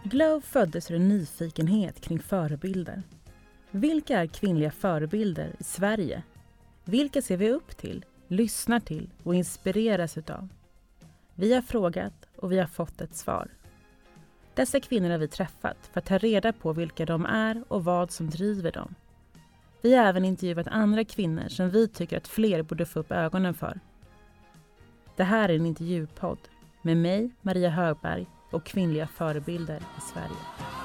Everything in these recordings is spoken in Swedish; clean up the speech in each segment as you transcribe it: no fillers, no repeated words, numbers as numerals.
Glow föddes ur en nyfikenhet kring förebilder. Vilka är kvinnliga förebilder i Sverige? Vilka ser vi upp till, lyssnar till och inspireras utav? Vi har frågat och vi har fått ett svar. Dessa kvinnor har vi träffat för att ta reda på vilka de är och vad som driver dem. Vi har även intervjuat andra kvinnor som vi tycker att fler borde få upp ögonen för. Det här är en intervjupodd med mig, Maria Högberg, och kvinnliga förebilder i Sverige.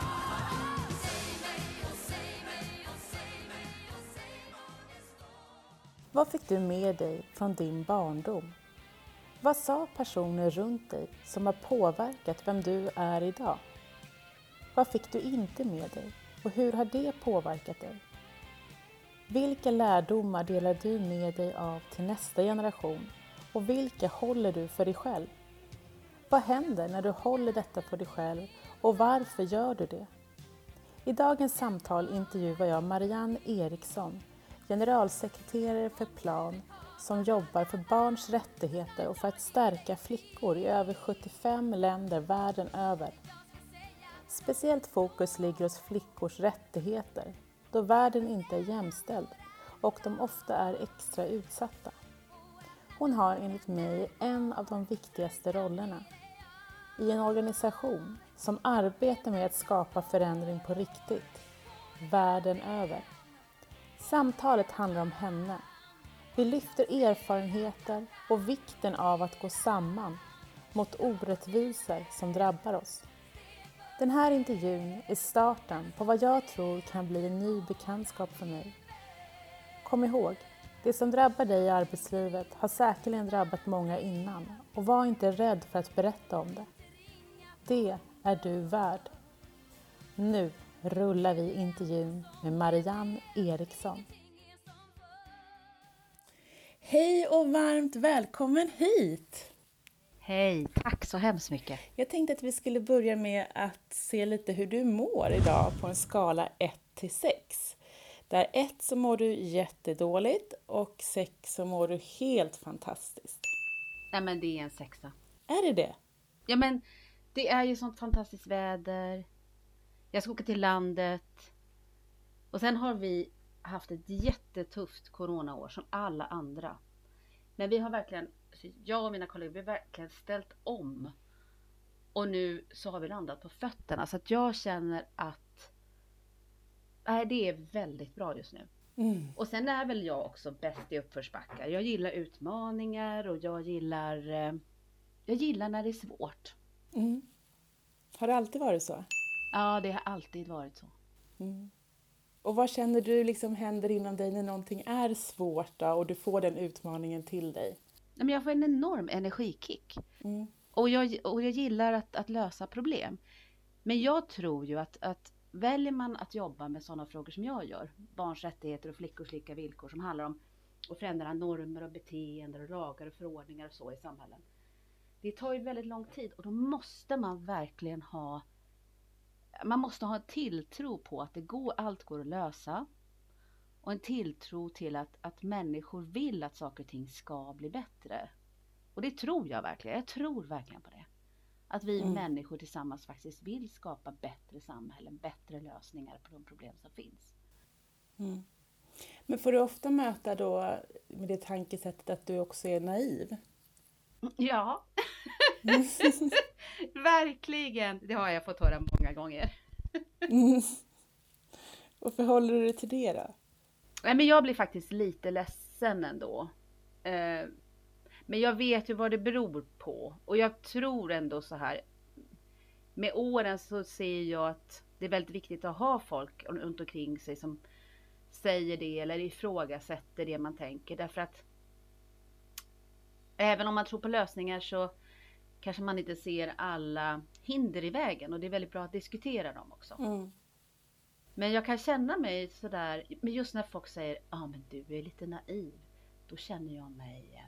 Vad fick du med dig från din barndom? Vad sa personer runt dig som har påverkat vem du är idag? Vad fick du inte med dig och hur har det påverkat dig? Vilka lärdomar delar du med dig av till nästa generation och vilka håller du för dig själv? Vad händer när du håller detta för dig själv och varför gör du det? I dagens samtal intervjuar jag Marianne Eriksson, generalsekreterare för Plan, som jobbar för barns rättigheter och för att stärka flickor i över 75 länder världen över. Speciellt fokus ligger hos flickors rättigheter, då världen inte är jämställd och de ofta är extra utsatta. Hon har enligt mig en av de viktigaste rollerna i en organisation som arbetar med att skapa förändring på riktigt, världen över. Samtalet handlar om henne. Vi lyfter erfarenheter och vikten av att gå samman mot orättvisor som drabbar oss. Den här intervjun är starten på vad jag tror kan bli en ny bekantskap för mig. Kom ihåg, det som drabbar dig i arbetslivet har säkerligen drabbat många innan och var inte rädd för att berätta om det. Det är du värd. Nu rullar vi intervjun med Marianne Eriksson. Hej och varmt välkommen hit! Hej, tack så hemskt mycket. Jag tänkte att vi skulle börja med att se lite hur du mår idag på en skala 1-6. Där 1 så mår du jättedåligt och 6 så mår du helt fantastiskt. Nej men det är en 6. Är det det? Ja men det är ju sånt fantastiskt väder. Jag ska åka till landet. Och sen har vi haft ett jättetufft coronaår som alla andra. Men vi har verkligen, jag och mina kollegor, vi har verkligen ställt om. Och nu så har vi landat på fötterna. Så att jag känner att det är väldigt bra just nu. Mm. Och sen är väl jag också bäst i uppförsbackar. Jag gillar utmaningar och jag gillar när det är svårt. Mm. Har det alltid varit så? Ja, det har alltid varit så. Mm. Och vad känner du liksom händer inom dig när någonting är svårt då, och du får den utmaningen till dig? Men jag får en enorm energikick. Mm. Och jag gillar att lösa problem. Men jag tror ju att väljer man att jobba med sådana frågor som jag gör, barns rättigheter och flickors lika villkor, som handlar om att förändra normer och beteenden och lagar och förordningar och så i samhällen. Det tar ju väldigt lång tid och då måste man verkligen ha en tilltro på att allt går att lösa. Och en tilltro till att människor vill att saker och ting ska bli bättre. Och det tror jag verkligen. Jag tror verkligen på det. Att vi människor tillsammans faktiskt vill skapa bättre samhällen, bättre lösningar på de problem som finns. Mm. Men får du ofta möta då med det tankesättet att du också är naiv? Ja, verkligen. Det har jag fått höra många gånger. Och förhåller du dig till det då? Nej, men jag blir faktiskt lite ledsen ändå. Men jag vet ju vad det beror på. Och jag tror ändå så här. Med åren så ser jag att det är väldigt viktigt att ha folk runt omkring sig som säger det eller ifrågasätter det man tänker. Därför att även om man tror på lösningar så kanske man inte ser alla hinder i vägen. Och det är väldigt bra att diskutera dem också. Mm. Men jag kan känna mig sådär, men just när folk säger, men du är lite naiv. Då känner jag mig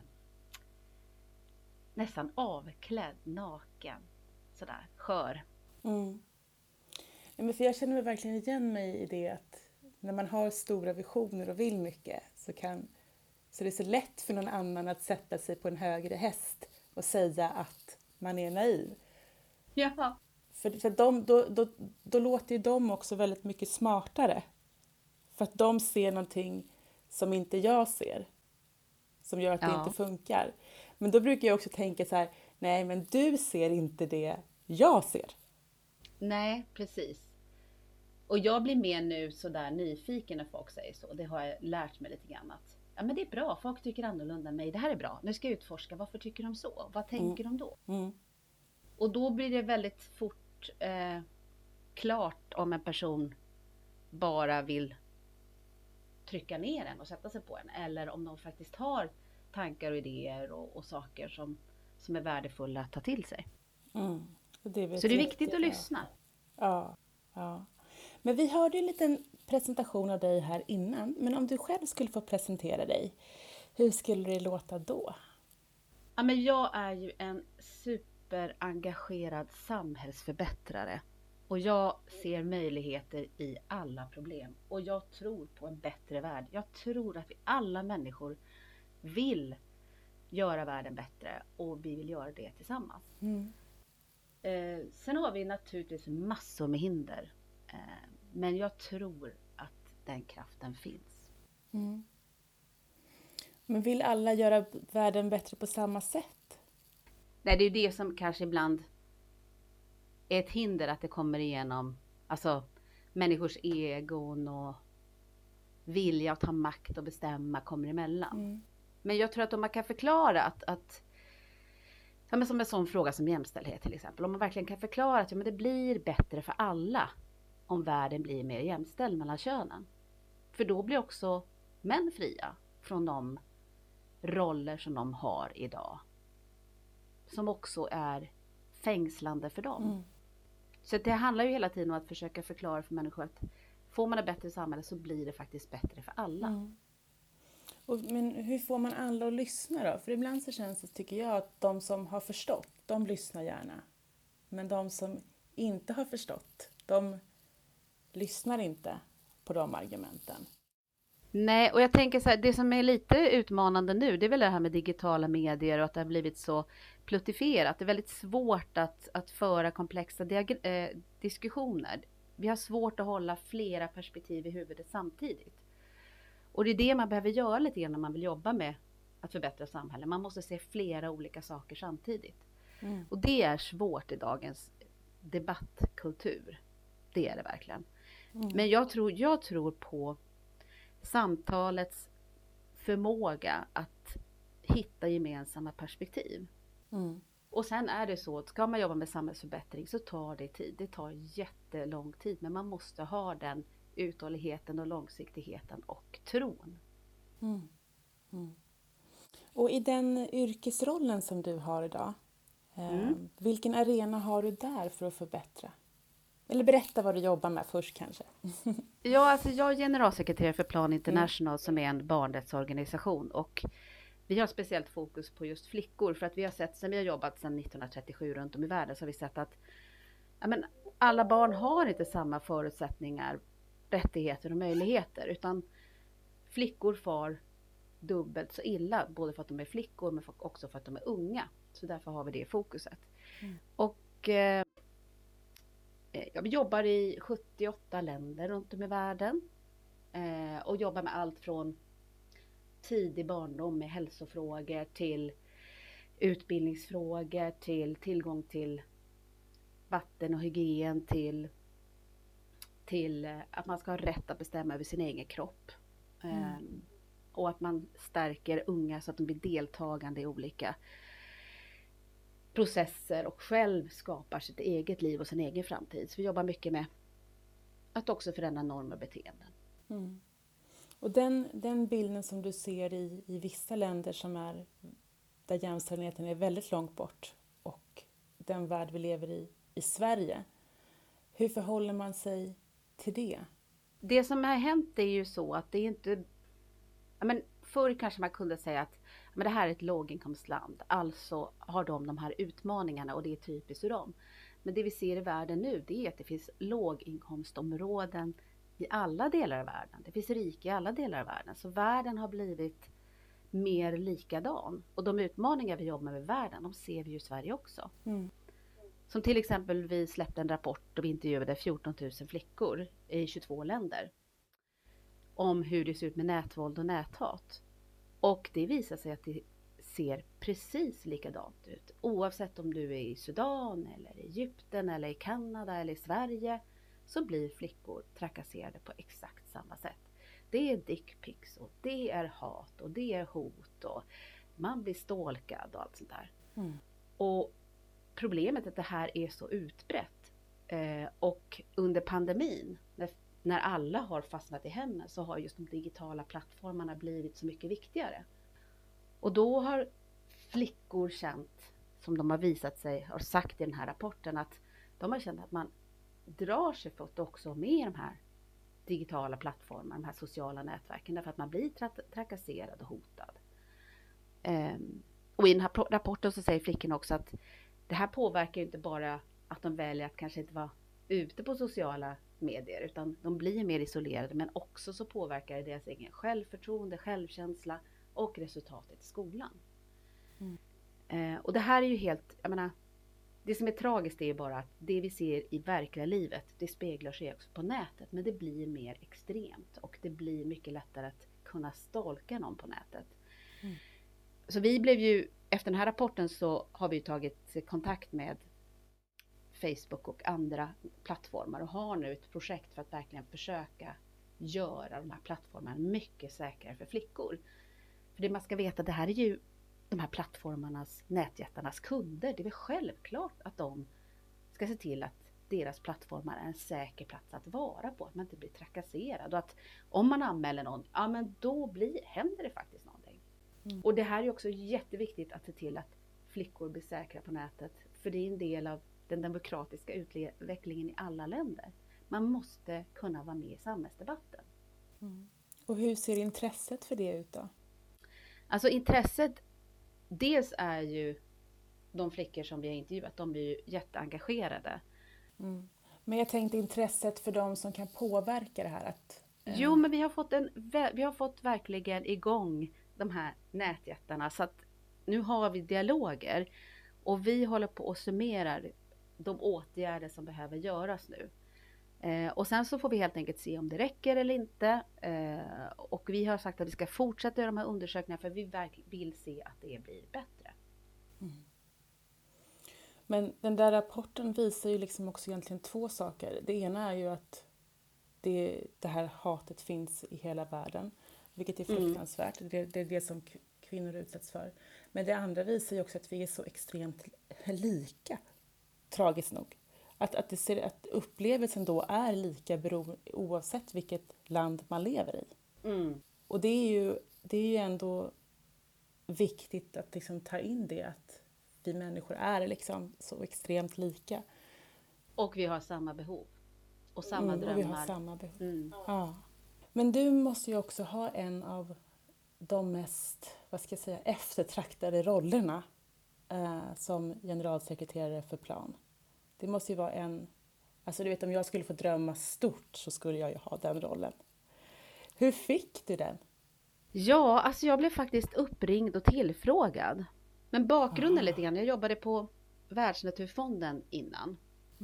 nästan avklädd, naken, sådär, skör. Mm. Ja, men för jag känner mig verkligen igen mig i det att när man har stora visioner och vill mycket så är det så lätt för någon annan att sätta sig på en högre häst och säga att man är naiv. Ja. För då låter ju de också väldigt mycket smartare. För att de ser någonting som inte jag ser. Som gör att det inte Ja, funkar. Men då brukar jag också tänka så här, nej men du ser inte det jag ser. nej, precis. Och jag blir mer nu sådär nyfiken när folk säger så. Det har jag lärt mig lite grann att ja, men det är bra, folk tycker annorlunda än mig. Det här är bra, nu ska jag utforska. Varför tycker de så? Vad tänker de då? Mm. Och då blir det väldigt fort klart om en person bara vill trycka ner en och sätta sig på en. Eller om de faktiskt har tankar och idéer och saker som är värdefulla att ta till sig. Och det vet Så det är jag viktigt att jättebra. lyssna. Ja. Men vi hörde en liten presentation av dig här innan. Men om du själv skulle få presentera dig, hur skulle det låta då? Ja, men jag är ju en superengagerad samhällsförbättrare. Och jag ser möjligheter i alla problem. Och jag tror på en bättre värld. Jag tror att vi alla människor vill göra världen bättre. Och vi vill göra det tillsammans. Sen har vi naturligtvis massor med hinder. Men jag tror att den kraften finns. Men vill alla göra världen bättre på samma sätt? Nej, det är ju det som kanske ibland är ett hinder, att det kommer igenom alltså människors egon och vilja att ta makt och bestämma kommer emellan. Men jag tror att om man kan förklara att ja, men som en sån fråga som jämställdhet till exempel. Om man verkligen kan förklara att ja, men det blir bättre för alla om världen blir mer jämställd mellan könen. För då blir också män fria från de roller som de har idag. Som också är fängslande för dem. Så det handlar ju hela tiden om att försöka förklara för människor att får man ett bättre samhälle så blir det faktiskt bättre för alla. Men hur får man alla att lyssna då? För ibland så känns det, tycker jag, att de som har förstått, de lyssnar gärna. Men de som inte har förstått, de lyssnar inte på de argumenten. Nej, och jag tänker så här, det som är lite utmanande nu, det är väl det här med digitala medier och att det har blivit så pluttifierat. Det är väldigt svårt att föra komplexa diskussioner. Vi har svårt att hålla flera perspektiv i huvudet samtidigt. Och det är det man behöver göra lite grann när man vill jobba med att förbättra samhället. Man måste se flera olika saker samtidigt. Och det är svårt i dagens debattkultur. Det är det verkligen. Men jag tror på samtalets förmåga att hitta gemensamma perspektiv. Och sen är det så att ska man jobba med samhällsförbättring så tar det tid. Det tar jättelång tid, men man måste ha den uthålligheten och långsiktigheten och tron. Och i den yrkesrollen som du har idag, vilken arena har du där för att förbättra? Eller berätta vad du jobbar med först kanske. Ja, alltså jag är generalsekreterare för Plan International som är en barnrättsorganisation. Och vi har speciellt fokus på just flickor. För att vi har sett, sen vi har jobbat sedan 1937 runt om i världen, så har vi sett att ja, men alla barn har inte samma förutsättningar, rättigheter och möjligheter. Utan flickor far dubbelt så illa, både för att de är flickor men också för att de är unga. Så därför har vi det fokuset. Och vi jobbar i 78 länder runt om i världen. Och jobbar med allt från tidig barndom med hälsofrågor till utbildningsfrågor, till tillgång till vatten och hygien, till att man ska ha rätt att bestämma över sin egen kropp. Och att man stärker unga så att de blir deltagande i olika processer och själv skapar sitt eget liv och sin egen framtid. Så vi jobbar mycket med att också förändra normer och beteenden. Och den bilden som du ser i vissa länder som är där jämställdheten är väldigt långt bort och den värld vi lever i Sverige. Hur förhåller man sig till det? Det som har hänt är ju så att det är inte... Men förr kanske man kunde säga att men det här är ett låginkomstland. Alltså har de här utmaningarna och det är typiskt för dem. Men det vi ser i världen nu, det är att det finns låginkomstområden i alla delar av världen. Det finns rika i alla delar av världen. Så världen har blivit mer likadan. Och de utmaningar vi jobbar med i världen, de ser vi ju i Sverige också. Som till exempel vi släppte en rapport och vi intervjuade 14 000 flickor i 22 länder. Om hur det ser ut med nätvåld och näthat. Och det visar sig att det ser precis likadant ut. Oavsett om du är i Sudan eller i Egypten eller i Kanada eller i Sverige. Så blir flickor trakasserade på exakt samma sätt. Det är dickpics och det är hat och det är hot och man blir stalkad och allt sånt där. Och problemet är att det här är så utbrett. Och under pandemin, när alla har fastnat i hemmen, så har just de digitala plattformarna blivit så mycket viktigare. Och då har flickor känt, som de har visat sig, har sagt i den här rapporten, att de har känt att man drar sig för att också med de här digitala plattformarna, de här sociala nätverken, därför att man blir trakasserad och hotad. Och i den här rapporten så säger flickorna också att det här påverkar ju inte bara att de väljer att kanske inte vara ute på sociala medier, utan de blir mer isolerade, men också så påverkar det deras egen självförtroende, självkänsla och resultatet i skolan. Och det här är ju helt, jag menar, det som är tragiskt är ju bara att det vi ser i verkliga livet, det speglar sig också på nätet, men det blir mer extremt och det blir mycket lättare att kunna stalka någon på nätet. Så vi blev ju, efter den här rapporten så har vi tagit kontakt med Facebook och andra plattformar och har nu ett projekt för att verkligen försöka göra de här plattformarna mycket säkrare för flickor. För det man ska veta, det här är ju de här plattformarnas, nätjättarnas kunder. Det är väl självklart att de ska se till att deras plattformar är en säker plats att vara på. Att man inte blir trakasserad. Och att om man anmäler någon, ja men då händer det faktiskt någonting. Och det här är också jätteviktigt att se till att flickor blir säkra på nätet. För det är en del av den demokratiska utvecklingen i alla länder. Man måste kunna vara med i samhällsdebatten. Och hur ser intresset för det ut då? Alltså intresset, dels är ju de flickor som vi har intervjuat, de blir ju jätteengagerade. Men jag tänkte intresset för de som kan påverka det här. Att, Jo, men vi har fått verkligen igång de här nätjättarna, så att nu har vi dialoger och vi håller på och summerar de åtgärder som behöver göras nu. Och sen så får vi helt enkelt se om det räcker eller inte. Och vi har sagt att vi ska fortsätta göra de här undersökningarna för vi verkligen vill se att det blir bättre. Men den där rapporten visar ju liksom också egentligen två saker. Det ena är ju att det här hatet finns i hela världen, vilket är fruktansvärt. Det är det som kvinnor utsätts för. Men det andra visar ju också att vi är så extremt lika, tragiskt nog. Att upplevelsen då är lika oavsett vilket land man lever i. Och det är ju ändå viktigt att liksom ta in det, att vi människor är liksom så extremt lika. Och vi har samma behov. Och samma drömmar. Och vi har samma behov. Ja. Men du måste ju också ha en av de mest, eftertraktade rollerna som generalsekreterare för Plan. Det måste ju vara alltså du vet, om jag skulle få drömma stort så skulle jag ju ha den rollen. Hur fick du den? Ja, alltså jag blev faktiskt uppringd och tillfrågad. Men bakgrunden lite grann, jag jobbade på Världsnaturfonden innan.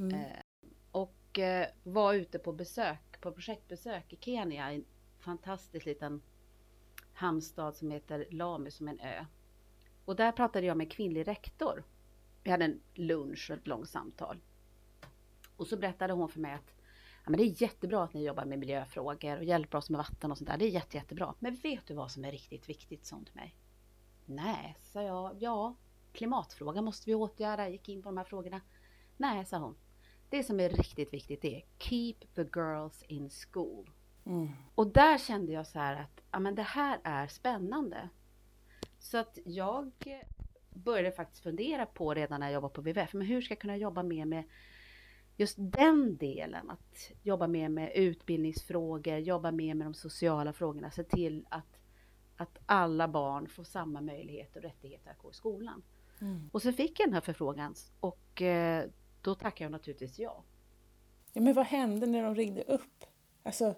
Och var ute på projektbesök i Kenya, en fantastisk liten hamnstad som heter Lamu, som en ö. Och där pratade jag med en kvinnlig rektor. Vi hade en lunch och ett långt samtal. Och så berättade hon för mig att ja, men det är jättebra att ni jobbar med miljöfrågor och hjälper oss med vatten och sånt där. Det är jättebra. Men vet du vad som är riktigt viktigt, sa hon till mig? Nej, sa jag. Ja, klimatfrågan måste vi åtgärda. Jag gick in på de här frågorna. Nej, sa hon. Det som är riktigt viktigt är keep the girls in school. Och där kände jag så här att ja, men det här är spännande. Så att jag började faktiskt fundera på redan när jag jobbade på WWF. Men hur ska jag kunna jobba mer med just den delen? Att jobba mer med utbildningsfrågor, jobba mer med de sociala frågorna. Se till att alla barn får samma möjligheter och rättigheter att gå i skolan. Och så fick jag den här förfrågan och då tackade jag naturligtvis ja. Ja, men vad hände när de ringde upp? Alltså,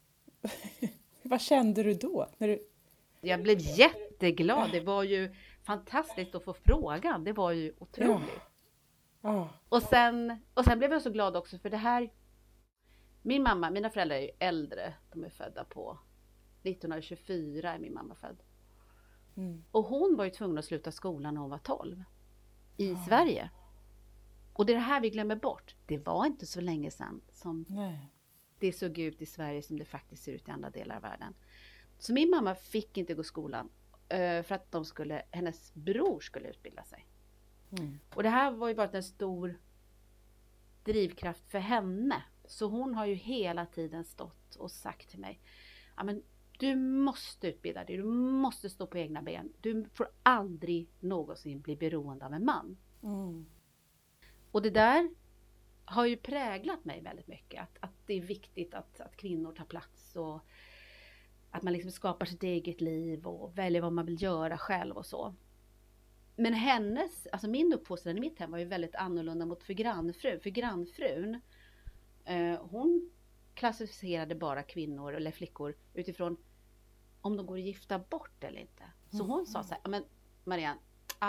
vad kände du då? Jag blev jätteglad. Det var ju fantastiskt att få frågan. Det var ju otroligt. Ja. Och sen blev jag så glad också för det här. Mina föräldrar är ju äldre. De är födda på 1924 är min mamma född. Mm. Och hon var ju tvungen att sluta skolan när hon var 12. I Ja. Sverige. Och det är det här vi glömmer bort. Det var inte så länge sedan som Nej. det såg ut i Sverige som det faktiskt ser ut i andra delar av världen. Så min mamma fick inte gå skolan för att hennes bror skulle utbilda sig. Mm. Och det här var ju bara en stor drivkraft för henne. Så hon har ju hela tiden stått och sagt till mig, ja men du måste utbilda dig, du måste stå på egna ben. Du får aldrig någonsin bli beroende av en man. Mm. Och det där har ju präglat mig väldigt mycket. Att det är viktigt att kvinnor tar plats och att man liksom skapar sitt eget liv och väljer vad man vill göra själv och så. Men min uppfostran i mitt hem var ju väldigt annorlunda mot för grannfrun. För grannfrun, hon klassificerade bara kvinnor eller flickor utifrån om de går att gifta bort eller inte. Så hon sa så här, men Marianne,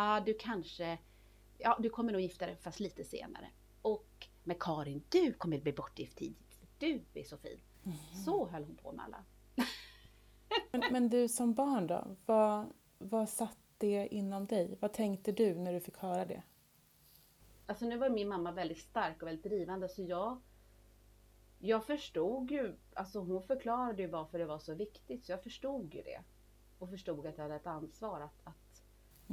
du kommer nog gifta dig fast lite senare. Och med Karin, du kommer bli bortgift tidigt. Du är så fin. Så höll hon på med alla. Men du som barn då, vad satt det inom dig? Vad tänkte du när du fick höra det? Alltså nu var min mamma väldigt stark och väldigt drivande så jag förstod ju, alltså hon förklarade ju varför det var så viktigt så jag förstod ju det. Och förstod att jag hade ett ansvar att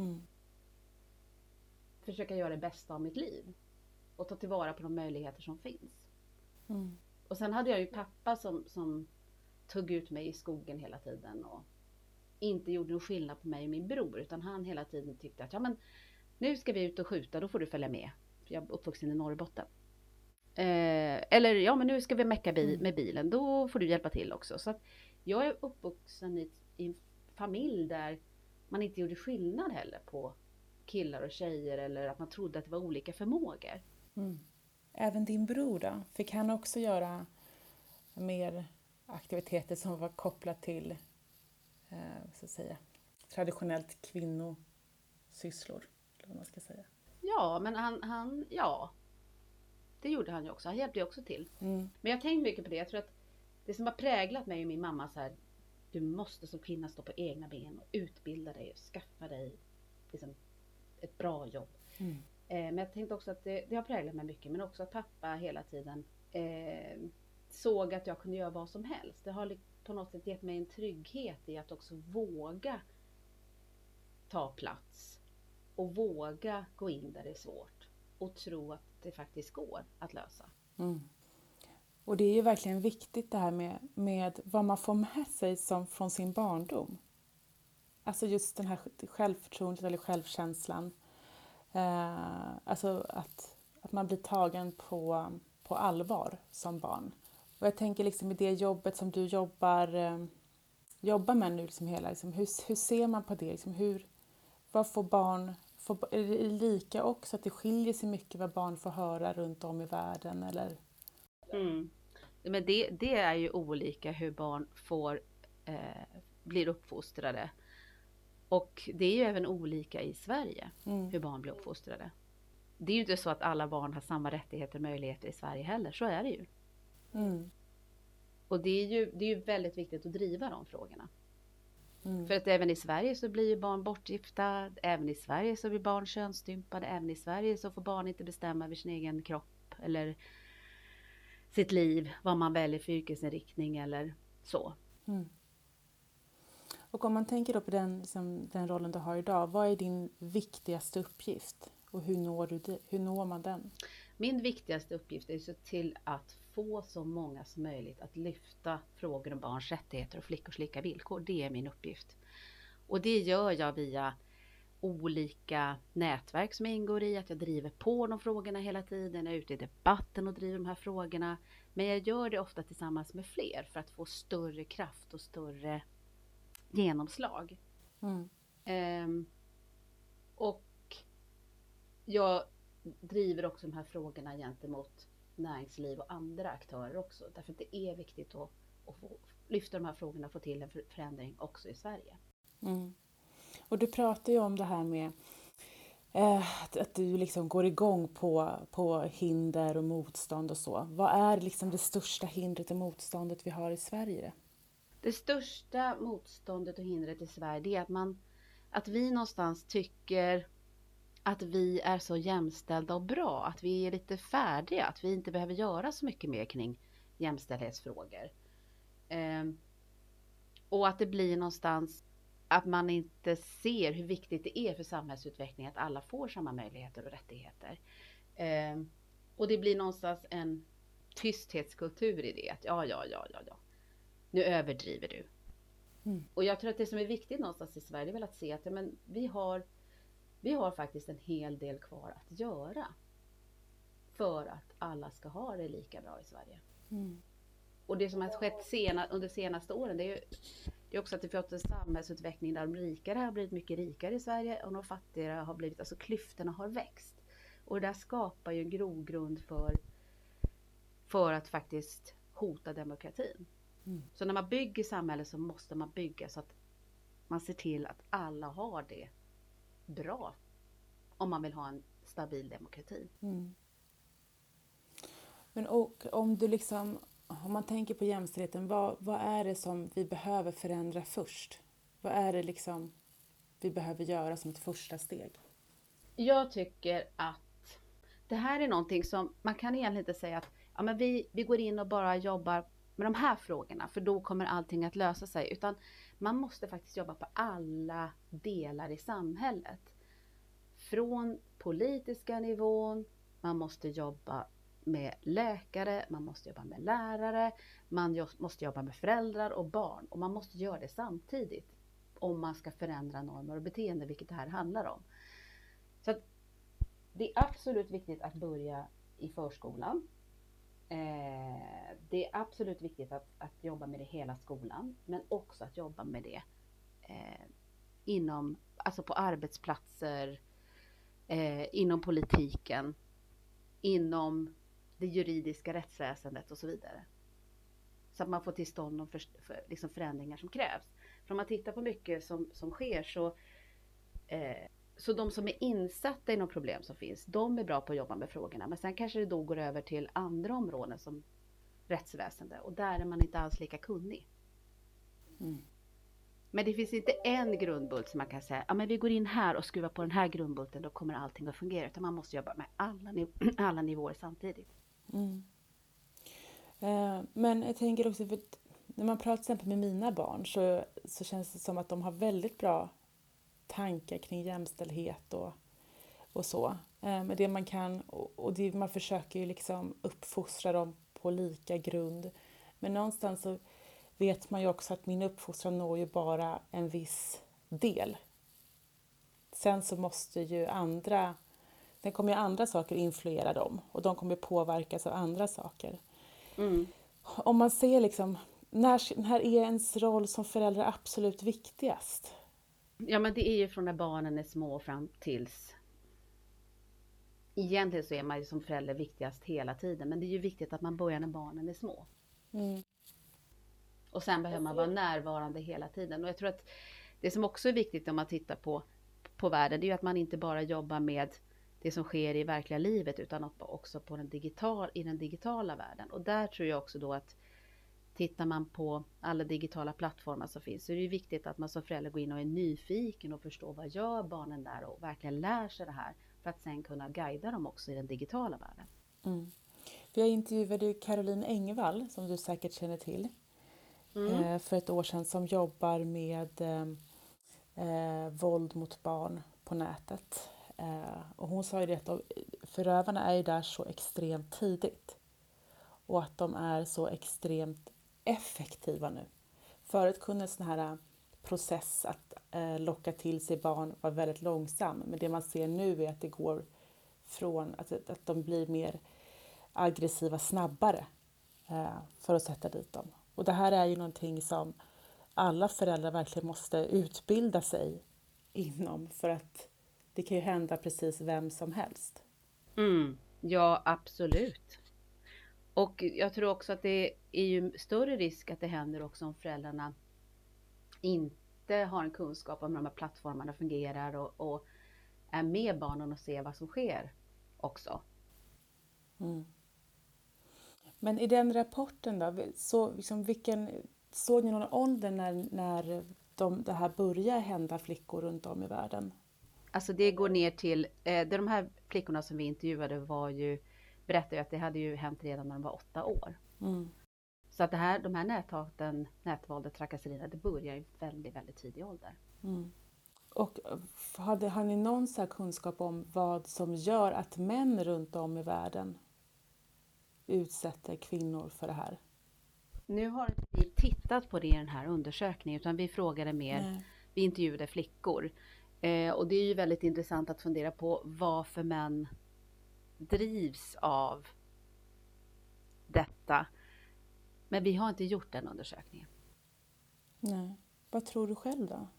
försöka göra det bästa av mitt liv. Och ta tillvara på de möjligheter som finns. Mm. Och sen hade jag ju pappa som tog ut mig i skogen hela tiden och inte gjorde någon skillnad på mig och min bror utan han hela tiden tyckte att ja men nu ska vi ut och skjuta, då får du följa med. För jag är uppvuxen i Norrbotten. Eller ja men nu ska vi mecka med bilen, då får du hjälpa till också. Så att jag är uppvuxen i en familj där man inte gjorde skillnad heller på killar och tjejer eller att man trodde att det var olika förmågor. Mm. Även din bror då? Fick han också göra mer aktiviteter som var kopplat till så att säga, traditionellt kvinnosysslor? Eller vad man ska säga. Ja, men ja. Det gjorde han ju också. Han hjälpte ju också till. Mm. Men jag tänkte mycket på det. Jag tror att det som har präglat mig och min mamma så här, du måste som kvinna stå på egna ben och utbilda dig och skaffa dig liksom, ett bra jobb. Mm. Men jag tänkte också att det har präglat mig mycket. Men också att pappa hela tiden såg att jag kunde göra vad som helst. Det har på något sätt gett mig en trygghet i att också våga ta plats. Och våga gå in där det är svårt. Och tro att det faktiskt går att lösa. Mm. Och det är ju verkligen viktigt det här med vad man får med sig från sin barndom. Alltså just den här självförtroendet eller självkänslan. Alltså att man blir tagen på allvar som barn. Och jag tänker liksom i det jobbet som du jobbar med nu liksom hela, liksom, hur ser man på det? Liksom, vad får barn, är det lika också att det skiljer sig mycket vad barn får höra runt om i världen? Eller? Mm. Men det är ju olika hur barn blir uppfostrade. Och det är ju även olika i Sverige hur barn blir uppfostrade. Det är ju inte så att alla barn har samma rättigheter och möjligheter i Sverige heller, så är det ju. Mm. Och det är ju väldigt viktigt att driva de frågorna. Mm. För att även i Sverige så blir ju barn bortgifta, även i Sverige så blir barn könsstympade, även i Sverige så får barn inte bestämma över sin egen kropp eller sitt liv, vad man väljer för yrkesinriktning eller så. Mm. Och om man tänker då på den rollen du har idag, vad är din viktigaste uppgift och hur når man den? Min viktigaste uppgift är att se till att få så många som möjligt att lyfta frågor om barns rättigheter och flickors lika villkor. Det är min uppgift. Och det gör jag via olika nätverk som jag ingår i, att jag driver på de frågorna hela tiden, jag är ute i debatten och driver de här frågorna. Men jag gör det ofta tillsammans med fler för att få större kraft och större genomslag. Och jag driver också de här frågorna gentemot näringsliv och andra aktörer också. Därför att det är viktigt att få lyfta de här frågorna och få till en förändring också i Sverige. Mm. Och du pratar ju om det här med att du liksom går igång på hinder och motstånd och så. Vad är liksom det största hindret och motståndet vi har i Sverige? Det största motståndet och hindret i Sverige, det är att vi någonstans tycker att vi är så jämställda och bra, att vi är lite färdiga, att vi inte behöver göra så mycket mer kring jämställdhetsfrågor. Och att det blir någonstans att man inte ser hur viktigt det är för samhällsutvecklingen att alla får samma möjligheter och rättigheter. Och det blir någonstans en tysthetskultur i det, att ja, nu överdriver du. Och jag tror att det som är viktigt någonstans i Sverige är väl att se att vi har faktiskt en hel del kvar att göra för att alla ska ha det lika bra i Sverige. Och det som har skett under de senaste åren, det är också att vi har fått en samhällsutveckling där de rikare har blivit mycket rikare i Sverige och de fattigare har blivit, alltså klyftorna har växt. Och det där skapar ju en grogrund för att faktiskt hota demokratin. Så när man bygger samhället så måste man bygga så att man ser till att alla har det bra om man vill ha en stabil demokrati. Men och om man tänker på jämställdheten, vad är det som vi behöver förändra först? Vad är det liksom vi behöver göra som ett första steg? Jag tycker att det här är någonting som man kan egentligen inte säga att ja, men vi går in och bara jobbar med de här frågorna för då kommer allting att lösa sig, utan man måste faktiskt jobba på alla delar i samhället. Från politiska nivån, man måste jobba med läkare, man måste jobba med lärare, man måste jobba med föräldrar och barn, och man måste göra det samtidigt om man ska förändra normer och beteende, vilket det här handlar om. Så att det är absolut viktigt att börja i förskolan. Det är absolut viktigt att jobba med det hela skolan, men också att jobba med det alltså på arbetsplatser, inom politiken, inom det juridiska rättsväsendet och så vidare. Så att man får till stånd de liksom förändringar som krävs. För om man tittar på mycket som sker så de som är insatta i de problem som finns, de är bra på att jobba med frågorna. Men sen kanske det då går över till andra områden som rättsväsende. Och där är man inte alls lika kunnig. Men det finns inte en grundbult som man kan säga, ja men vi går in här och skruvar på den här grundbulten, då kommer allting att fungera. Utan man måste jobba med alla nivåer samtidigt. Men jag tänker också, för när man pratar till exempel med mina barn så känns det som att de har väldigt bra tankar kring jämställdhet och så. Men det man kan, och det man försöker ju liksom uppfostra dem på lika grund. Men någonstans så vet man ju också att min uppfostran når ju bara en viss del. Sen så måste ju sen kommer ju andra saker influera dem och de kommer påverkas av andra saker. Om man ser liksom, när är ens roll som förälder absolut viktigast? Ja, men det är ju från när barnen är små fram tills... Egentligen så är man ju som förälder viktigast hela tiden, men det är ju viktigt att man börjar när barnen är små. Och sen behöver man vara närvarande hela tiden. Och jag tror att det som också är viktigt om man tittar på världen, det är ju att man inte bara jobbar med det som sker i verkliga livet, utan också på i den digitala världen. Och där tror jag också då att tittar man på alla digitala plattformar som finns, så är det viktigt att man som förälder går in och är nyfiken och förstår vad gör barnen där och verkligen lär sig det här för att sen kunna guida dem också i den digitala världen. Jag intervjuade Caroline Engvall, som du säkert känner till, för ett år sedan, som jobbar med våld mot barn på nätet. Och hon sa ju det att förövarna är ju där så extremt tidigt och att de är så extremt effektiva nu. Förut kunde en sån här process att locka till sig barn vara väldigt långsam, men det man ser nu är att det går från att de blir mer aggressiva snabbare för att sätta dit dem. Och det här är ju någonting som alla föräldrar verkligen måste utbilda sig inom, för att det kan ju hända precis vem som helst. Ja, absolut. Och jag tror också att det är ju större risk att det händer också om föräldrarna inte har en kunskap om hur de här plattformarna fungerar och är med barnen och ser vad som sker också. Mm. Men i den rapporten då, så liksom såg ni någon ålder när det här börjar hända flickor runt om i världen? Alltså det går ner till, de här flickorna som vi intervjuade berättade ju att det hade ju hänt redan när de var 8 år. Mm. Så att de här nätvåldet, trakasserierna, det börjar i väldigt, väldigt tidig ålder. Mm. Och har ni någon så här kunskap om vad som gör att män runt om i världen utsätter kvinnor för det här? Nu har inte vi tittat på det i den här undersökningen, utan vi frågade mer, Nej. vi intervjuade flickor. Och det är ju väldigt intressant att fundera på varför män drivs av detta. Men vi har inte gjort den undersökningen. Nej. Vad tror du själv då?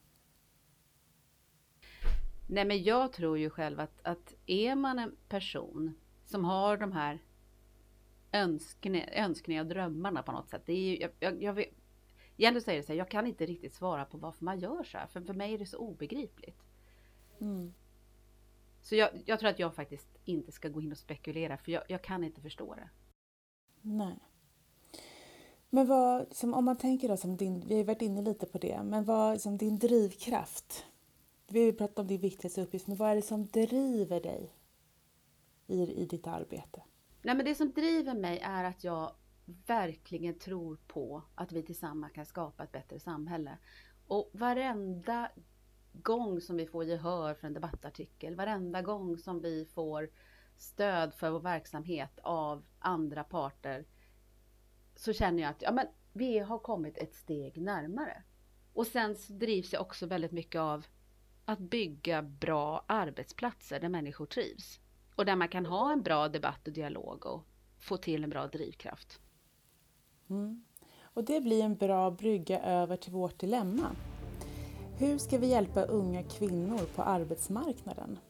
Nej, men jag tror ju själv att är man en person som har de här önskningar och drömmarna på något sätt. Det är ju, jag vet, egentligen säger det så här, jag kan inte riktigt svara på varför man gör så här. För mig är det så obegripligt. Mm. Så jag tror att jag faktiskt inte ska gå in och spekulera, för jag kan inte förstå det. Nej. Men om man tänker då vi har varit inne lite på det, men vad som din drivkraft? Vi har ju pratat om din viktigaste uppgift, men vad är det som driver dig i ditt arbete? Nej, men det som driver mig är att jag verkligen tror på att vi tillsammans kan skapa ett bättre samhälle. Och varenda gång som vi får gehör för en debattartikel, varenda gång som vi får stöd för vår verksamhet av andra parter, så känner jag att vi har kommit ett steg närmare. Och sen drivs jag också väldigt mycket av att bygga bra arbetsplatser där människor trivs. Och där man kan ha en bra debatt och dialog och få till en bra drivkraft. Mm. Och det blir en bra brygga över till vårt dilemma. Hur ska vi hjälpa unga kvinnor på arbetsmarknaden?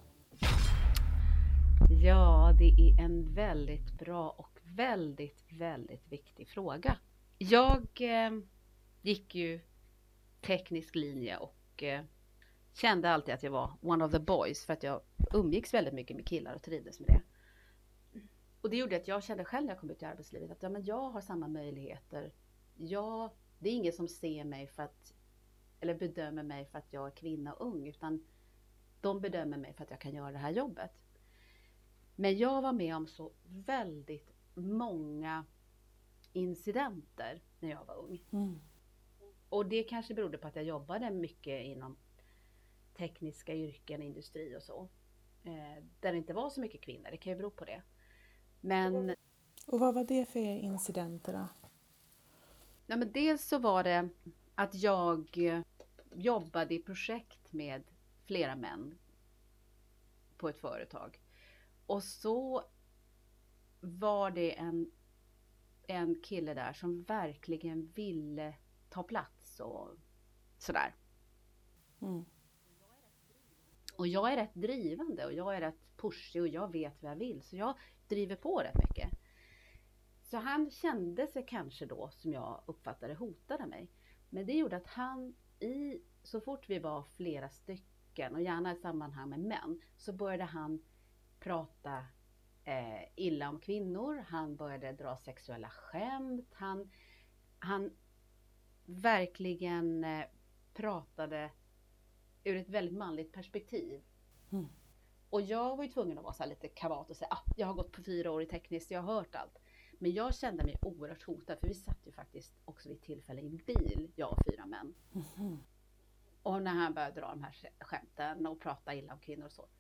Ja, det är en väldigt bra och väldigt, väldigt viktig fråga. Jag gick ju teknisk linje och kände alltid att jag var one of the boys, för att jag umgicks väldigt mycket med killar och trivdes med det. Och det gjorde att jag kände själv när jag kom ut i arbetslivet att jag har samma möjligheter. Det är ingen som ser mig eller bedömer mig för att jag är kvinna och ung, utan de bedömer mig för att jag kan göra det här jobbet. Men jag var med om så väldigt många incidenter när jag var ung. Mm. Och det kanske berodde på att jag jobbade mycket inom tekniska yrken, industri och så. Där det inte var så mycket kvinnor, det kan ju bero på det. Men, Och vad var det för incidenter då? ja, men dels så var det att jag jobbade i projekt med flera män på ett företag. Och så var det en kille där som verkligen ville ta plats och sådär. Mm. Och jag är rätt drivande och jag är rätt pushig och jag vet vad jag vill. Så jag driver på rätt mycket. Så han kände sig kanske då, som jag uppfattade, hotade mig. Men det gjorde att så fort vi var flera stycken och gärna i sammanhang med män, så började han prata illa om kvinnor. Han började dra sexuella skämt. Han verkligen pratade ur ett väldigt manligt perspektiv. Mm. Och jag var ju tvungen att vara så här lite kavat och säga jag har gått på 4 år i tekniskt, jag har hört allt. Men jag kände mig oerhört hotad, för vi satt ju faktiskt också vid ett tillfälle i en bil, jag och 4 män. Mm. Och när han började dra de här skämten och prata illa om kvinnor och så.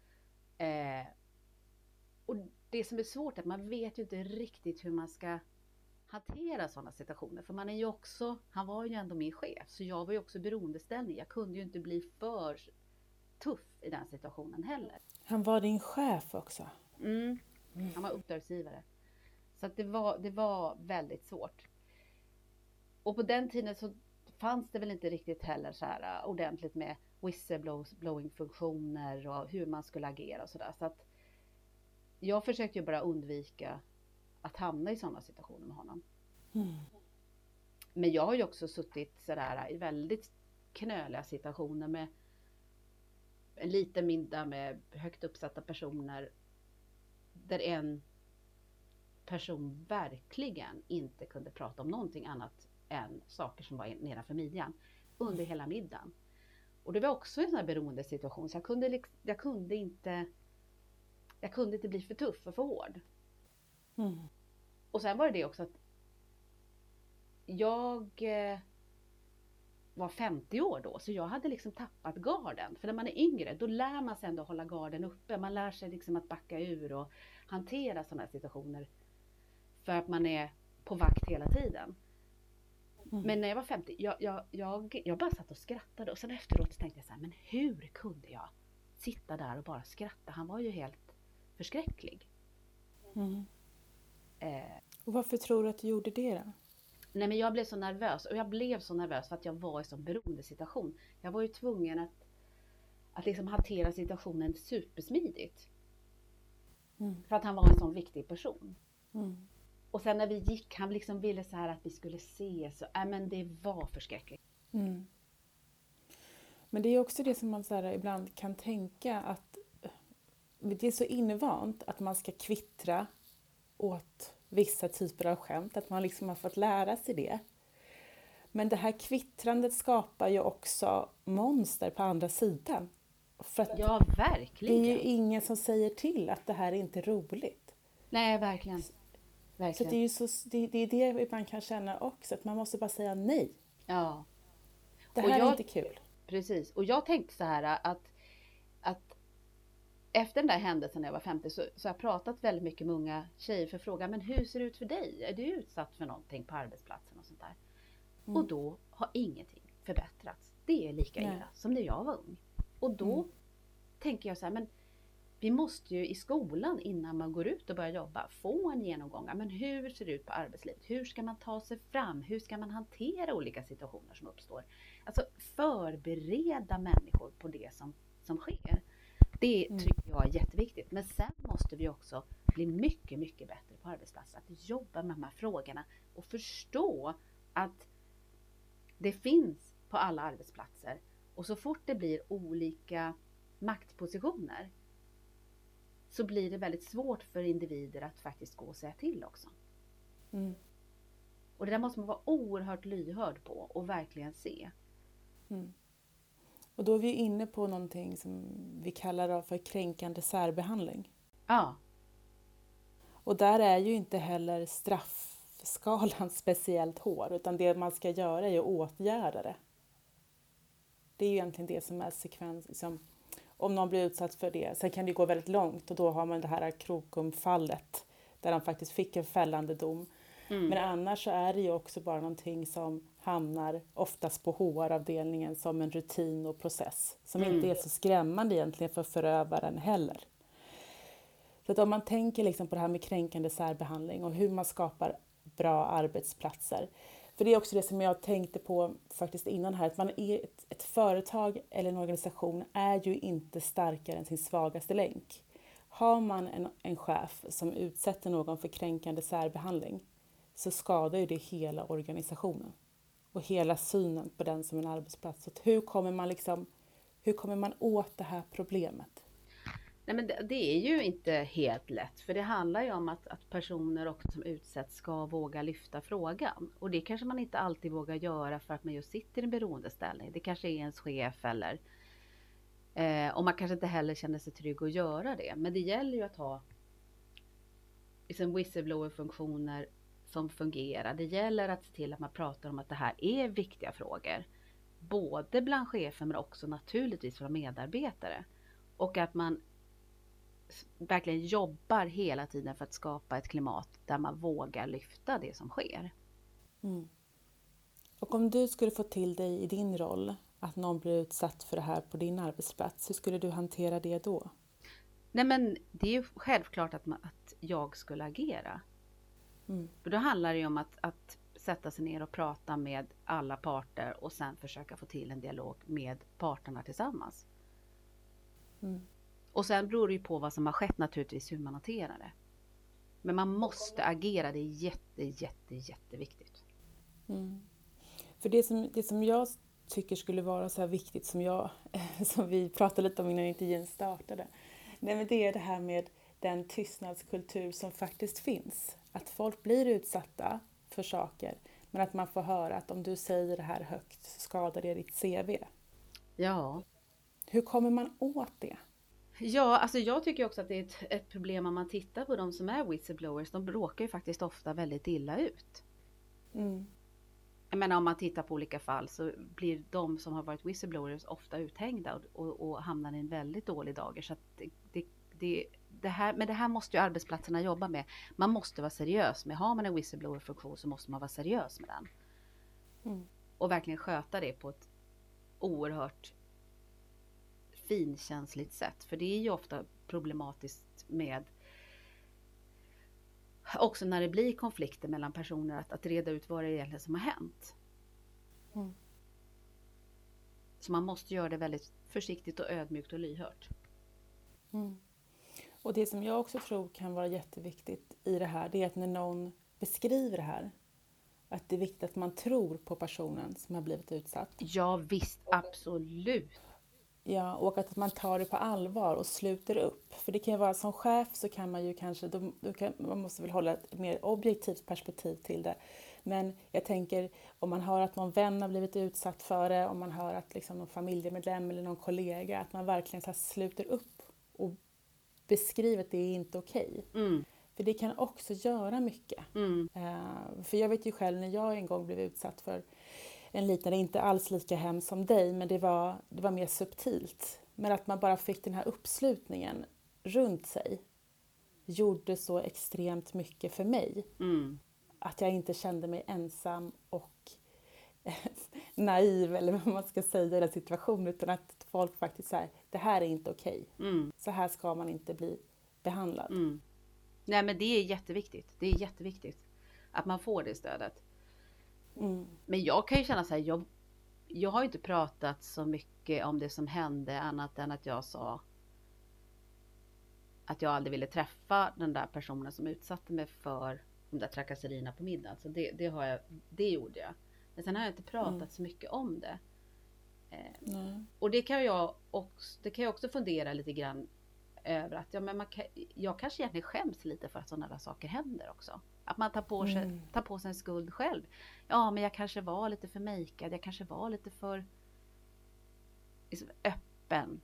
Och det som är svårt är att man vet ju inte riktigt hur man ska hantera sådana situationer. För man är ju också, han var ju ändå min chef, så jag var ju också beroendeställning. Jag kunde ju inte bli för tuff i den situationen heller. Han var din chef också? Mm. Han var uppdragsgivare. Så att det var väldigt svårt. Och på den tiden så fanns det väl inte riktigt heller så här ordentligt med whistleblowing-funktioner och hur man skulle agera och sådär. Så att jag försökte ju bara undvika att hamna i sådana situationer med honom. Mm. Men jag har ju också suttit sådär i väldigt knöliga situationer med en liten middag med högt uppsatta personer där en person verkligen inte kunde prata om någonting annat än saker som var nedanför midjan under hela middagen. Och det var också en sån här beroendesituation, så jag kunde inte bli för tuff och för hård. Mm. Och sen var det också att jag var 50 år då, så jag hade liksom tappat garden. För när man är yngre, då lär man sig ändå hålla garden uppe. Man lär sig liksom att backa ur och hantera sådana här situationer. För att man är på vakt hela tiden. Mm. Men när jag var 50, jag bara satt och skrattade. Och sen efteråt tänkte jag så här, men hur kunde jag sitta där och bara skratta? Han var ju helt förskräcklig. Mm. Och varför tror du att du gjorde det då? Nej, men jag blev så nervös. Och jag blev så nervös för att jag var i sån beroendesituation. Jag var ju tvungen att liksom hantera situationen supersmidigt. Mm. För att han var en sån viktig person. Mm. Och sen när vi gick, han liksom ville så här att vi skulle ses. Men det var förskräckligt. Mm. Men det är också det som man så här ibland kan tänka att det är så invant att man ska kvittra åt vissa typer av skämt. Att man liksom har fått lära sig det. Men det här kvittrandet skapar ju också monster på andra sidan. För att Ja, verkligen. det är ju ingen som säger till att det här är inte roligt. Nej, verkligen. Så det är ju det är det man kan känna också. Att man måste bara säga nej. Ja. Det här är inte kul. Precis. Och jag tänkte så här att efter den där händelsen när jag var 50 så har jag pratat väldigt mycket med unga tjejer för att fråga, men hur ser det ut för dig? Är du utsatt för någonting på arbetsplatsen och sånt där? Mm. Och då har ingenting förbättrats. Det är lika illa som när jag var ung. Och då tänker jag så här, men vi måste ju i skolan innan man går ut och börjar jobba få en genomgång. Men hur ser det ut på arbetslivet? Hur ska man ta sig fram? Hur ska man hantera olika situationer som uppstår? Alltså förbereda människor på det som sker. Det tycker jag är jätteviktigt. Men sen måste vi också bli mycket, mycket bättre på arbetsplatsen. Att jobba med de här frågorna och förstå att det finns på alla arbetsplatser. Och så fort det blir olika maktpositioner så blir det väldigt svårt för individer att faktiskt gå och säga till också. Mm. Och det där måste man vara oerhört lyhörd på och verkligen se. Mm. Och då är vi inne på någonting som vi kallar för kränkande särbehandling. Ja. Och där är ju inte heller straffskalan speciellt hård, utan det man ska göra är att åtgärda det. Det är ju egentligen det som är sekvens, liksom, om någon blir utsatt för det. Sen kan det gå väldigt långt och då har man det här Krokom-fallet där han faktiskt fick en fällande dom. Men annars så är det ju också bara någonting som hamnar oftast på HR-avdelningen som en rutin och process. Som inte är så skrämmande egentligen för förövaren heller. Så att om man tänker liksom på det här med kränkande särbehandling och hur man skapar bra arbetsplatser. För det är också det som jag tänkte på faktiskt innan här. Att man är ett företag eller en organisation är ju inte starkare än sin svagaste länk. Har man en chef som utsätter någon för kränkande särbehandling så skadar ju det hela organisationen. Och hela synen på den som en arbetsplats. Så hur kommer man åt det här problemet? Nej, men det är ju inte helt lätt. För det handlar ju om att personer också som utsätts ska våga lyfta frågan. Och det kanske man inte alltid vågar göra för att man just sitter i en beroendeställning. Det kanske är ens chef eller... och man kanske inte heller känner sig trygg att göra det. Men det gäller ju att ha liksom whistleblower-funktioner som fungerar. Det gäller att se till att man pratar om att det här är viktiga frågor. Både bland chefer men också naturligtvis för medarbetare. Och att man verkligen jobbar hela tiden för att skapa ett klimat där man vågar lyfta det som sker. Mm. Och om du skulle få till dig i din roll att någon blir utsatt för det här på din arbetsplats, hur skulle du hantera det då? Nej, men det är ju självklart att jag skulle agera. För då handlar det ju om att sätta sig ner och prata med alla parter och sen försöka få till en dialog med parterna tillsammans. Och sen beror det ju på vad som har skett naturligtvis, hur man hanterar det. Men man måste agera, det är jätteviktigt. För det som jag tycker skulle vara så här viktigt som vi pratade lite om innan intervjun startade. Nej, men det är det här med den tystnadskultur som faktiskt finns. Att folk blir utsatta för saker, men att man får höra att om du säger det här högt så skadar det ditt CV. Ja. Hur kommer man åt det? Ja, alltså jag tycker också att det är ett problem om man tittar på de som är whistleblowers. De råkar ju faktiskt ofta väldigt illa ut. Jag menar, om man tittar på olika fall så blir de som har varit whistleblowers ofta uthängda och hamnar i en väldigt dålig dager. Så att men det här måste ju arbetsplatserna jobba med. Man måste vara seriös med. Har man en whistleblower-funktion så måste man vara seriös med den. Och verkligen sköta det på ett oerhört finkänsligt sätt. För det är ju ofta problematiskt med också när det blir konflikter mellan personer att reda ut vad det är egentligen som har hänt. Så man måste göra det väldigt försiktigt och ödmjukt och lyhört. Och det som jag också tror kan vara jätteviktigt i det här, det är att när någon beskriver det här, att det är viktigt att man tror på personen som har blivit utsatt. Ja visst, absolut. Ja, och att man tar det på allvar och sluter upp. För det kan ju vara som chef så kan man ju kanske, man måste väl hålla ett mer objektivt perspektiv till det. Men jag tänker om man hör att någon vän har blivit utsatt för det, om man hör att liksom någon familjemedlem eller någon kollega, att man verkligen så här sluter upp och beskriver att det är inte okej. För det kan också göra mycket. För jag vet ju själv när jag en gång blev utsatt för en liknande, inte alls lika hemskt som dig, men det var mer subtilt. Men att man bara fick den här uppslutningen runt sig gjorde så extremt mycket för mig. Att jag inte kände mig ensam och naiv, eller vad man ska säga i den situationen, utan att folk faktiskt säger, det här är inte okej. Så här ska man inte bli behandlad. Nej, men det är jätteviktigt. Det är jätteviktigt att man får det stödet. Men jag kan ju känna så här, jag har ju inte pratat så mycket om det som hände annat än att jag sa att jag aldrig ville träffa den där personen som utsatte mig för de där trakasserierna på middagen. Så det gjorde jag. Men sen har jag inte pratat så mycket om det. Och det kan jag också fundera lite grann över att jag kanske egentligen skäms lite för att sådana där saker händer också. Att man tar på sig en skuld själv. Ja, men jag kanske var lite för makead. Jag kanske var lite för liksom, öppen.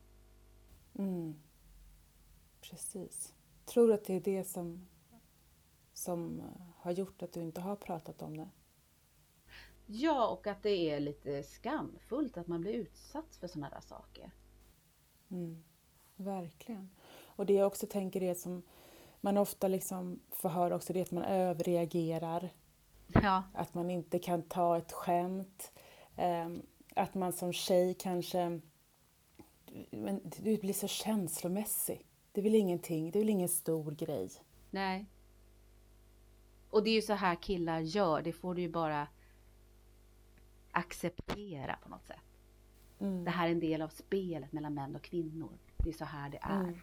Precis. Tror du att det är det som har gjort att du inte har pratat om det? Ja, och att det är lite skamfullt att man blir utsatt för sådana där saker. Verkligen. Och det jag också tänker är som man ofta liksom får höra också, det att man överreagerar. Ja. Att man inte kan ta ett skämt. Att man som tjej kanske, men du blir så känslomässig. Det är väl ingenting, det är väl ingen stor grej. Nej. Och det är ju så här killar gör, det får du ju bara acceptera på något sätt. Det här är en del av spelet mellan män och kvinnor. Det är så här det är.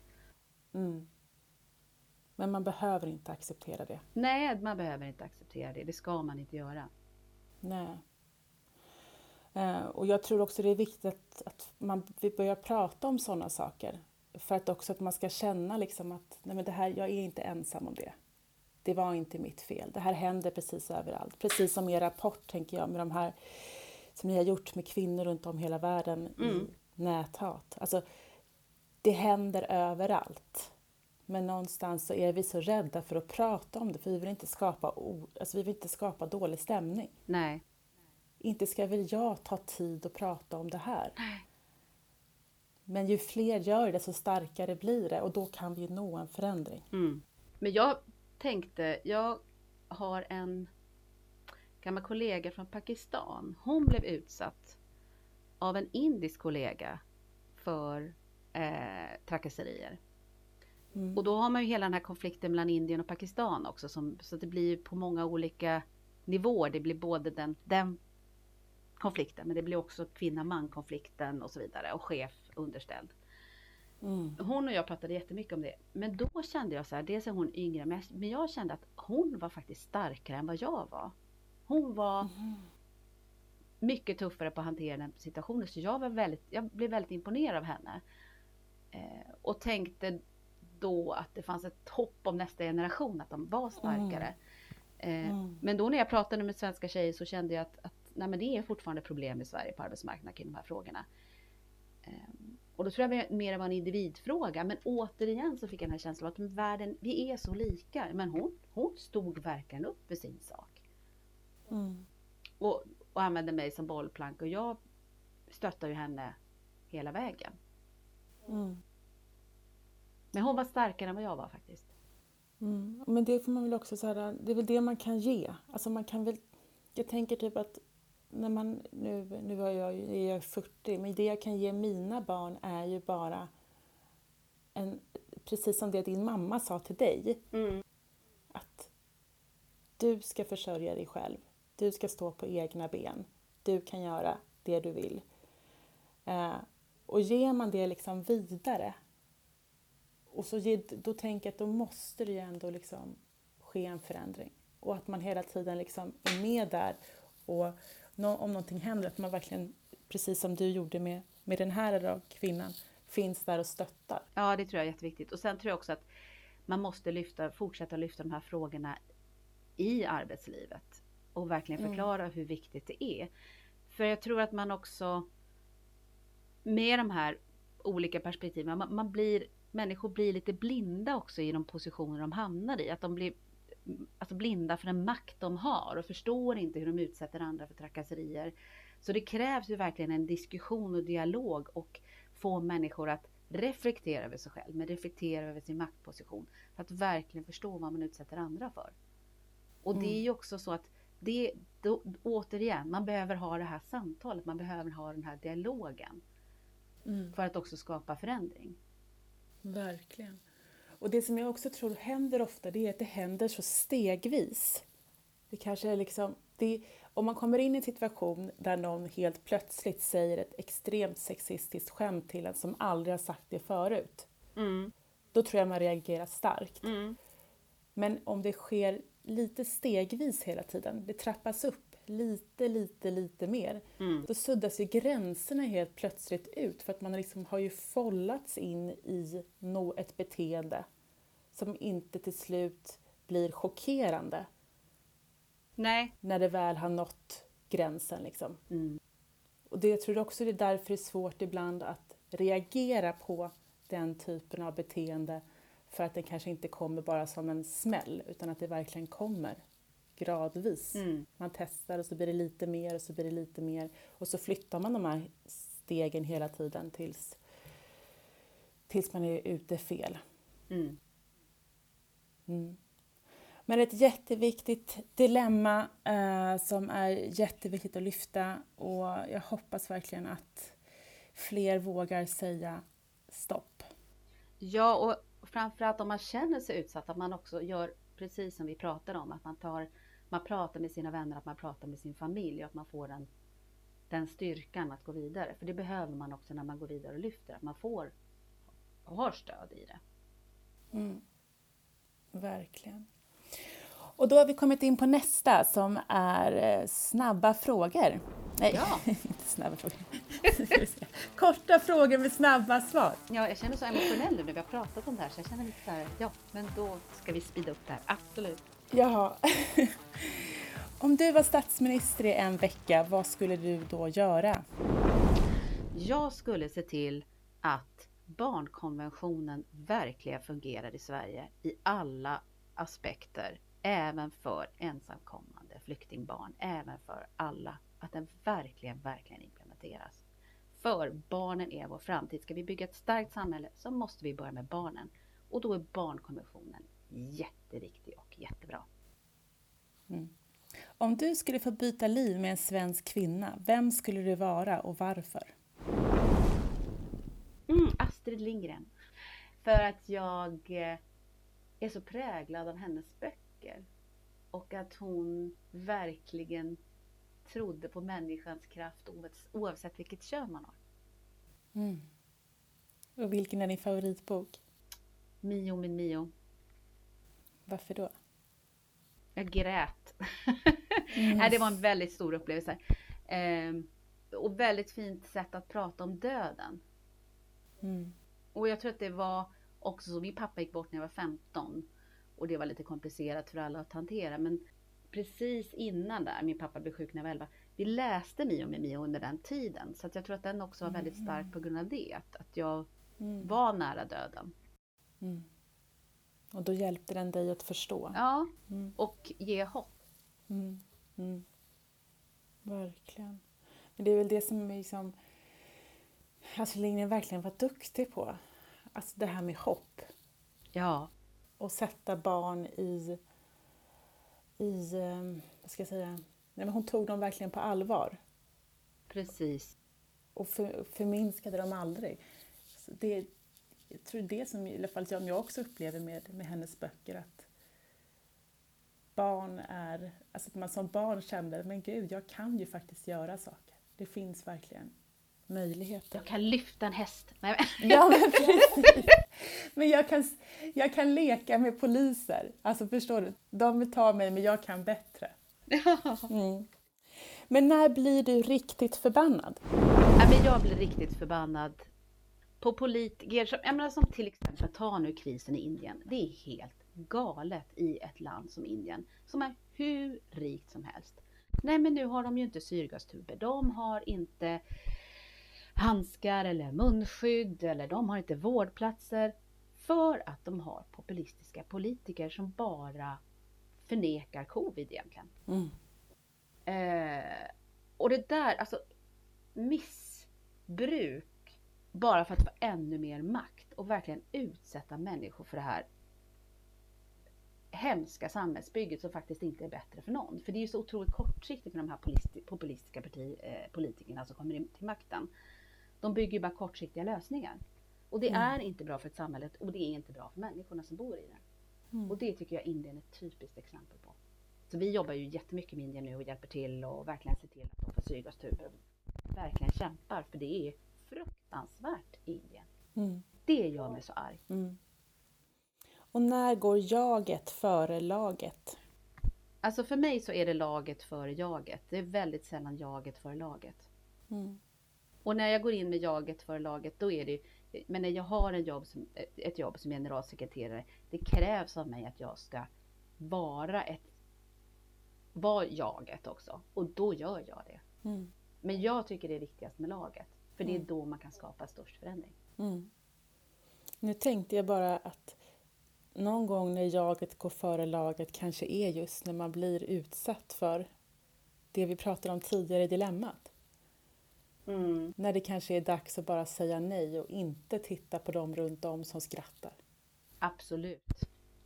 Men man behöver inte acceptera det. Nej, man behöver inte acceptera det. Det ska man inte göra. Nej. Och jag tror också det är viktigt att vi börjar prata om sådana saker. För att också att man ska känna liksom att nej, men det här, jag är inte ensam om det. Det var inte mitt fel. Det här händer precis överallt. Precis som er rapport, tänker jag, med de här som ni har gjort med kvinnor runt om hela världen i näthat. Alltså, det händer överallt. Men någonstans så är vi så rädda för att prata om det. För vi vill inte skapa dålig stämning. Nej. Inte ska väl jag ta tid att prata om det här. Men ju fler gör det, så starkare blir det. Och då kan vi nå en förändring. Men jag har en gammal kollega från Pakistan. Hon blev utsatt av en indisk kollega för trakasserier. Och då har man ju hela den här konflikten mellan Indien och Pakistan också. Så det blir på många olika nivåer. Det blir både den konflikten, men det blir också kvinna-man-konflikten och så vidare. Och chef underställd. Hon och jag pratade jättemycket om det. Men då kände jag så här, dels är hon yngre, men jag kände att hon var faktiskt starkare än vad jag var. Hon var mycket tuffare på att hantera den situationen. Så jag blev väldigt imponerad av henne. Och tänkte då att det fanns ett hopp om nästa generation, att de var starkare. Men då när jag pratade med svenska tjejer så kände jag att nej, men det är fortfarande problem i Sverige på arbetsmarknaden kring de här frågorna. Och då tror jag mer var en individfråga. Men återigen så fick jag den här känslan av att världen, vi är så lika. Men hon stod verkligen upp för sin sak. Och använde mig som bollplank. Och jag stöttade ju henne hela vägen. Men hon var starkare än vad jag var faktiskt. Men det får man väl också säga, det är väl det man kan ge. Alltså man kan väl, jag tänker typ att när man, nu är jag 40, men det jag kan ge mina barn är ju bara precis som det din mamma sa till dig. Att du ska försörja dig själv. Du ska stå på egna ben. Du kan göra det du vill. Och ger man det liksom vidare, och så då tänker jag att då måste det ju ändå liksom ske en förändring. Och att man hela tiden liksom är med där. Och om någonting händer, att man verkligen, precis som du gjorde med den här kvinnan, finns där och stöttar. Ja, det tror jag är jätteviktigt. Och sen tror jag också att man måste fortsätta lyfta de här frågorna i arbetslivet. Och verkligen förklara hur viktigt det är. För jag tror att man också, med de här olika perspektiven, människor blir lite blinda också i de positioner de hamnar i. Att de blir blinda för den makt de har och förstår inte hur de utsätter andra för trakasserier. Så det krävs ju verkligen en diskussion och dialog och få människor att reflektera över sig själv, men reflektera över sin maktposition för att verkligen förstå vad man utsätter andra för. Och det är ju också så att återigen, man behöver ha det här samtalet, man behöver ha den här dialogen för att också skapa förändring. Verkligen. Och det som jag också tror händer ofta, det är att det händer så stegvis. Det kanske är liksom, om man kommer in i en situation där någon helt plötsligt säger ett extremt sexistiskt skämt till en som aldrig har sagt det förut. Då tror jag man reagerar starkt. Men om det sker lite stegvis hela tiden, det trappas upp lite mer. Då suddas ju gränserna helt plötsligt ut, för att man liksom har ju follats in i ett beteende som inte till slut blir chockerande. Nej. När det väl har nått gränsen liksom. Och det, jag tror också det är därför det är svårt ibland att reagera på den typen av beteende, för att det kanske inte kommer bara som en smäll, utan att det verkligen kommer gradvis. Man testar och så blir det lite mer och så blir det lite mer. Och så flyttar man de här stegen hela tiden tills man är ute fel. Men ett jätteviktigt dilemma som är jätteviktigt att lyfta, och jag hoppas verkligen att fler vågar säga stopp. Ja, och framförallt om man känner sig utsatt, att man också gör precis som vi pratade om, att man pratar med sina vänner, att man pratar med sin familj och att man får den styrkan att gå vidare. För det behöver man också när man går vidare och lyfter, att man har stöd i det. Verkligen. Och då har vi kommit in på nästa, som är snabba frågor. Nej, inte snabba frågor. Korta frågor med snabba svar. Ja, jag känner så emotionell nu när vi har pratat om det här, så jag känner lite så här, men då ska vi speeda upp det här, absolut. Jaha. Om du var statsminister i en vecka, vad skulle du då göra? Jag skulle se till att barnkonventionen verkligen fungerar i Sverige i alla aspekter, även för ensamkommande flyktingbarn, även för alla, att den verkligen implementeras. För barnen är vår framtid. Ska vi bygga ett starkt samhälle så måste vi börja med barnen. Och då är barnkonventionen jätteviktig och jättebra. Om du skulle få byta liv med en svensk kvinna, vem skulle du vara och varför? Astrid Lindgren. För att jag är så präglad av hennes böcker. Och att hon verkligen trodde på människans kraft oavsett vilket kön man har. Och vilken är din favoritbok? Mio min Mio. Varför då? Jag grät. Det var en väldigt stor upplevelse. Och väldigt fint sätt att prata om döden. Och jag tror att det var också så, min pappa gick bort när jag var 15. Och det var lite komplicerat för alla att hantera. Men precis innan där, min pappa blev sjuk när jag var 11. Vi läste Mio med Mio under den tiden. Så att jag tror att den också var väldigt stark på grund av det. Att jag var nära döden. Och då hjälpte den dig att förstå. Ja, och ge hopp. Verkligen. Men det är väl det som liksom, Astrid Lindgren verkligen var duktig på. Alltså det här med hopp. Ja. Och sätta barn i vad ska jag säga? Nej, men hon tog dem verkligen på allvar. Precis. Och förminskade dem aldrig. Så jag tror det som i alla fall jag också upplever med hennes böcker, att barn alltså att man som barn kände, men gud, jag kan ju faktiskt göra saker. Det finns verkligen möjligheter. Jag kan lyfta en häst. Nej, ja, men precis. Men jag kan leka med poliser. Alltså förstår du? De vill ta mig, men jag kan bättre. Men när blir du riktigt förbannad? Ja, men jag blir riktigt förbannad på politiker som till exempel, ta nu krisen i Indien. Det är helt galet i ett land som Indien, som är hur rikt som helst. Nej, men nu har de ju inte syrgastuber. De har inte handskar eller munskydd, eller de har inte vårdplatser, för att de har populistiska politiker som bara förnekar covid egentligen. Och det där, alltså missbruk bara för att få ännu mer makt och verkligen utsätta människor för det här hemska samhällsbygget som faktiskt inte är bättre för någon. För det är ju så otroligt kortsiktigt med de här populistiska politikerna som kommer in till makten. De bygger ju bara kortsiktiga lösningar. Och det är inte bra för ett samhälle, och det är inte bra för människorna som bor i det. Och det tycker jag Indien är ett typiskt exempel på. Så vi jobbar ju jättemycket med Indien nu och hjälper till och verkligen ser till att de får syrgastuber. Verkligen kämpar, för det är fruktansvärt i Indien. Det gör mig så arg. Och när går jaget före laget? Alltså för mig så är det laget före jaget. Det är väldigt sällan jaget före laget. Och när jag går in med jaget före laget, då är det, men när jag har ett jobb som generalsekreterare, det krävs av mig att jag ska vara jaget också. Och då gör jag det. Men jag tycker det är viktigast med laget. För det är då man kan skapa störst förändring. Nu tänkte jag bara att någon gång när jaget går före laget kanske är just när man blir utsatt för det vi pratade om tidigare i dilemmat. När det kanske är dags att bara säga nej och inte titta på dem runt om som skrattar. Absolut.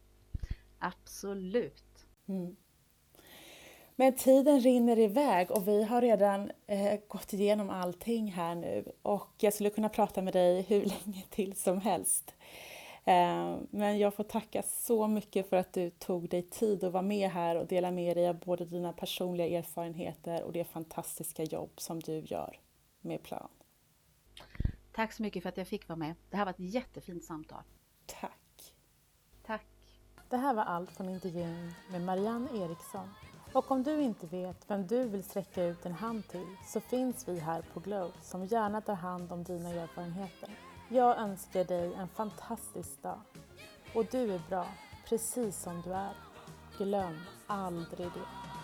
Absolut. Men tiden rinner iväg och vi har redan gått igenom allting här nu. Och jag skulle kunna prata med dig hur länge till som helst. Men jag får tacka så mycket för att du tog dig tid att vara med här och dela med dig av både dina personliga erfarenheter och det fantastiska jobb som du gör med Plan. Tack så mycket för att jag fick vara med. Det här var ett jättefint samtal. Tack. Tack. Det här var allt från intervjun med Marianne Eriksson. Och om du inte vet vem du vill sträcka ut en hand till, så finns vi här på Glow som gärna tar hand om dina erfarenheter. Jag önskar dig en fantastisk dag. Och du är bra, precis som du är. Glöm aldrig det.